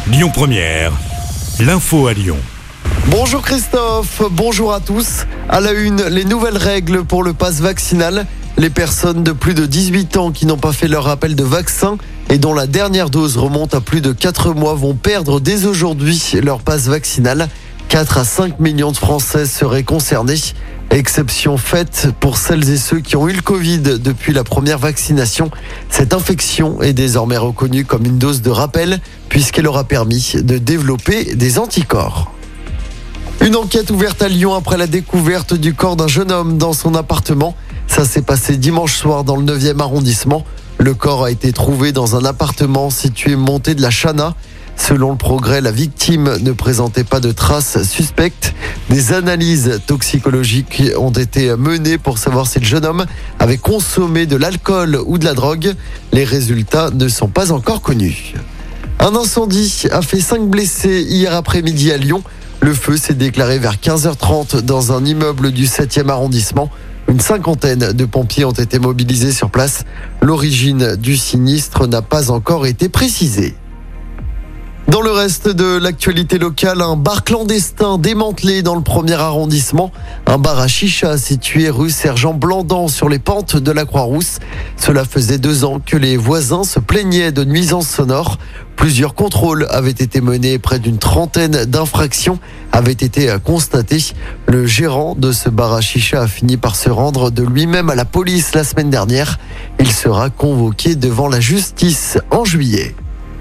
Lyon Première, l'info à Lyon. Bonjour Christophe, bonjour à tous. À la une, les nouvelles règles pour le pass vaccinal. Les personnes de plus de 18 ans qui n'ont pas fait leur rappel de vaccin et dont la dernière dose remonte à plus de 4 mois vont perdre dès aujourd'hui leur pass vaccinal. 4 à 5 millions de Français seraient concernés. Exception faite pour celles et ceux qui ont eu le Covid depuis la première vaccination. Cette infection est désormais reconnue comme une dose de rappel puisqu'elle aura permis de développer des anticorps. Une enquête ouverte à Lyon après la découverte du corps d'un jeune homme dans son appartement. Ça s'est passé dimanche soir dans le 9e arrondissement. Le corps a été trouvé dans un appartement situé montée de la Chana. Selon le Progrès, la victime ne présentait pas de traces suspectes. Des analyses toxicologiques ont été menées pour savoir si le jeune homme avait consommé de l'alcool ou de la drogue. Les résultats ne sont pas encore connus. Un incendie a fait 5 blessés hier après-midi à Lyon. Le feu s'est déclaré vers 15h30 dans un immeuble du 7e arrondissement. Une cinquantaine de pompiers ont été mobilisés sur place. L'origine du sinistre n'a pas encore été précisée. Dans le reste de l'actualité locale, un bar clandestin démantelé dans le 1er arrondissement. Un bar à chicha situé rue Sergent Blandan sur les pentes de la Croix-Rousse. Cela faisait 2 ans que les voisins se plaignaient de nuisances sonores. Plusieurs contrôles avaient été menés, près d'une trentaine d'infractions avaient été constatées. Le gérant de ce bar à chicha a fini par se rendre de lui-même à la police la semaine dernière. Il sera convoqué devant la justice en juillet.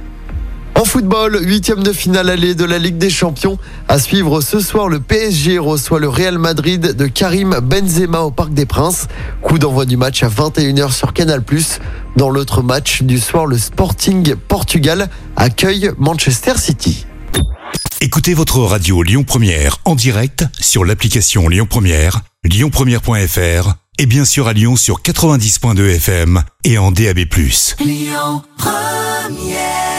En football, 8e de finale allée de la Ligue des Champions. À suivre ce soir, le PSG reçoit le Real Madrid de Karim Benzema au Parc des Princes. Coup d'envoi du match à 21h sur Canal+. Dans l'autre match du soir, le Sporting Portugal accueille Manchester City. Écoutez votre radio Lyon Première en direct sur l'application Lyon Première, lyonpremière.fr et bien sûr à Lyon sur 90.2 FM et en DAB+. Lyon Première.